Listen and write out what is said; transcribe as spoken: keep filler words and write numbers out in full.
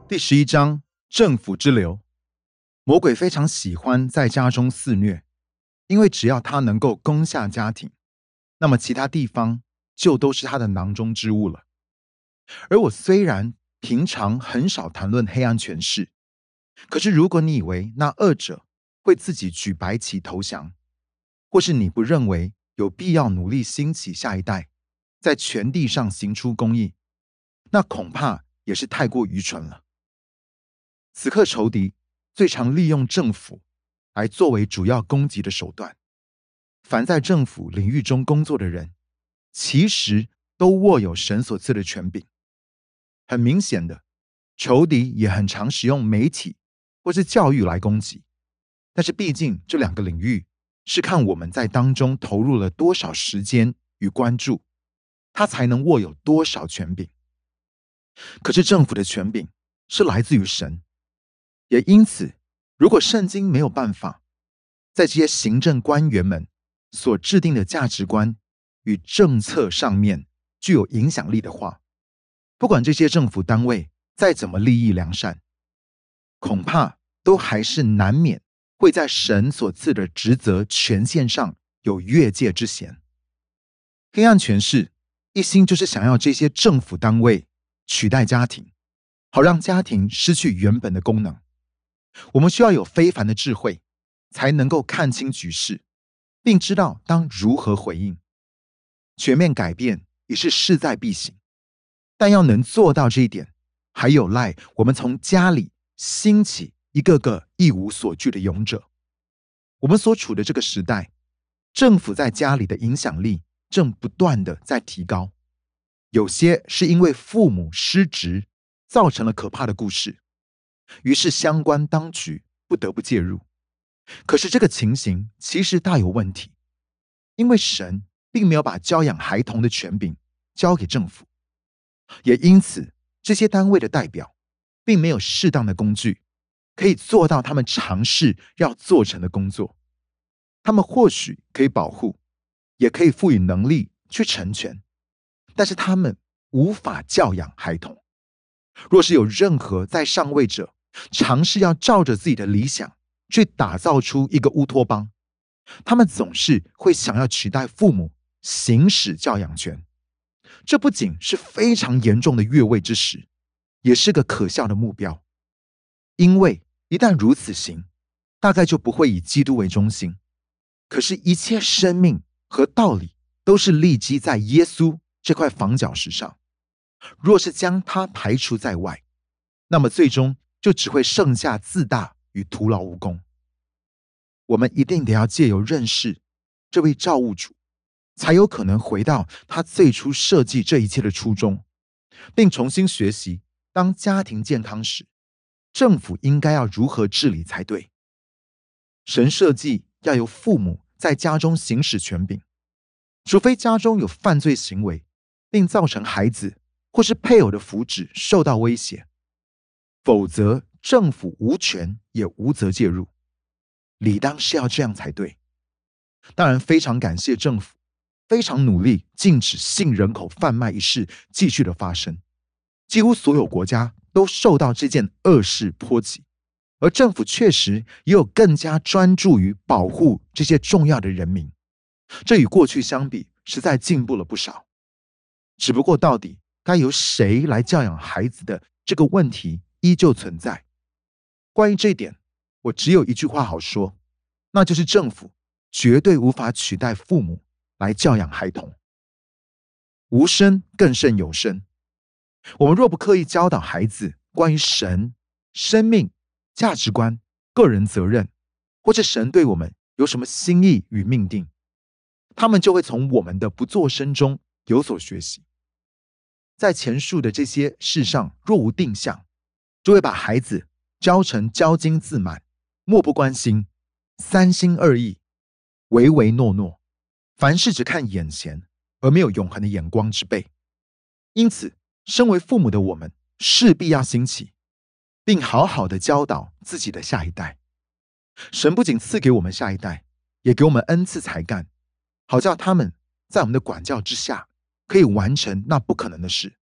第十一章政府之流。魔鬼非常喜欢在家中肆虐，因为只要他能够攻下家庭，那么其他地方就都是他的囊中之物了。而我虽然平常很少谈论黑暗权势，可是如果你以为那恶者会自己举白旗投降，或是你不认为有必要努力兴起下一代，在全地上行出公义，那恐怕也是太过愚蠢了。此刻仇敌最常利用政府来作为主要攻击的手段。凡在政府领域中工作的人，其实都握有神所赐的权柄。很明显的，仇敌也很常使用媒体或是教育来攻击，但是毕竟这两个领域是看我们在当中投入了多少时间与关注，他才能握有多少权柄。可是政府的权柄是来自于神，也因此，如果圣经没有办法在这些行政官员们所制定的价值观与政策上面具有影响力的话，不管这些政府单位再怎么利益良善，恐怕都还是难免会在神所赐的职责权限上有越界之嫌。黑暗权势一心就是想要这些政府单位取代家庭，好让家庭失去原本的功能。我们需要有非凡的智慧，才能够看清局势，并知道当如何回应。全面改变也是势在必行，但要能做到这一点，还有赖我们从家里兴起一个个一无所惧的勇者。我们所处的这个时代，政府在家里的影响力正不断的在提高，有些是因为父母失职造成了可怕的故事，于是相关当局不得不介入。可是这个情形其实大有问题，因为神并没有把教养孩童的权柄交给政府，也因此这些单位的代表并没有适当的工具可以做到他们尝试要做成的工作。他们或许可以保护，也可以赋予能力去成全，但是他们无法教养孩童。若是有任何在上位者尝试要照着自己的理想去打造出一个乌托邦，他们总是会想要取代父母行使教养权。这不仅是非常严重的越位之时，也是个可笑的目标。因为一旦如此行，大概就不会以基督为中心。可是一切生命和道理都是立基在耶稣这块房角石上，若是将它排除在外，那么最终就只会剩下自大与徒劳无功。我们一定得要借由认识这位造物主，才有可能回到他最初设计这一切的初衷，并重新学习当家庭健康时，政府应该要如何治理才对。神设计要由父母在家中行使权柄，除非家中有犯罪行为，并造成孩子或是配偶的福祉受到威胁，否则政府无权也无责介入，理当是要这样才对。当然非常感谢政府非常努力禁止性人口贩卖一事继续的发生，几乎所有国家都受到这件恶事波及，而政府确实也有更加专注于保护这些重要的人民，这与过去相比实在进步了不少。只不过到底该由谁来教养孩子的这个问题依旧存在。关于这一点，我只有一句话好说，那就是政府绝对无法取代父母来教养孩童。无声更胜有声。我们若不刻意教导孩子关于神、生命、价值观、个人责任，或者神对我们有什么心意与命定，他们就会从我们的不作声中有所学习。在前述的这些事上若无定向，就会把孩子教成骄矜自满、漠不关心、三心二意、唯唯诺诺，凡事只看眼前而没有永恒的眼光之辈。因此身为父母的我们势必要兴起，并好好的教导自己的下一代。神不仅赐给我们下一代，也给我们恩赐才干，好叫他们在我们的管教之下可以完成那不可能的事。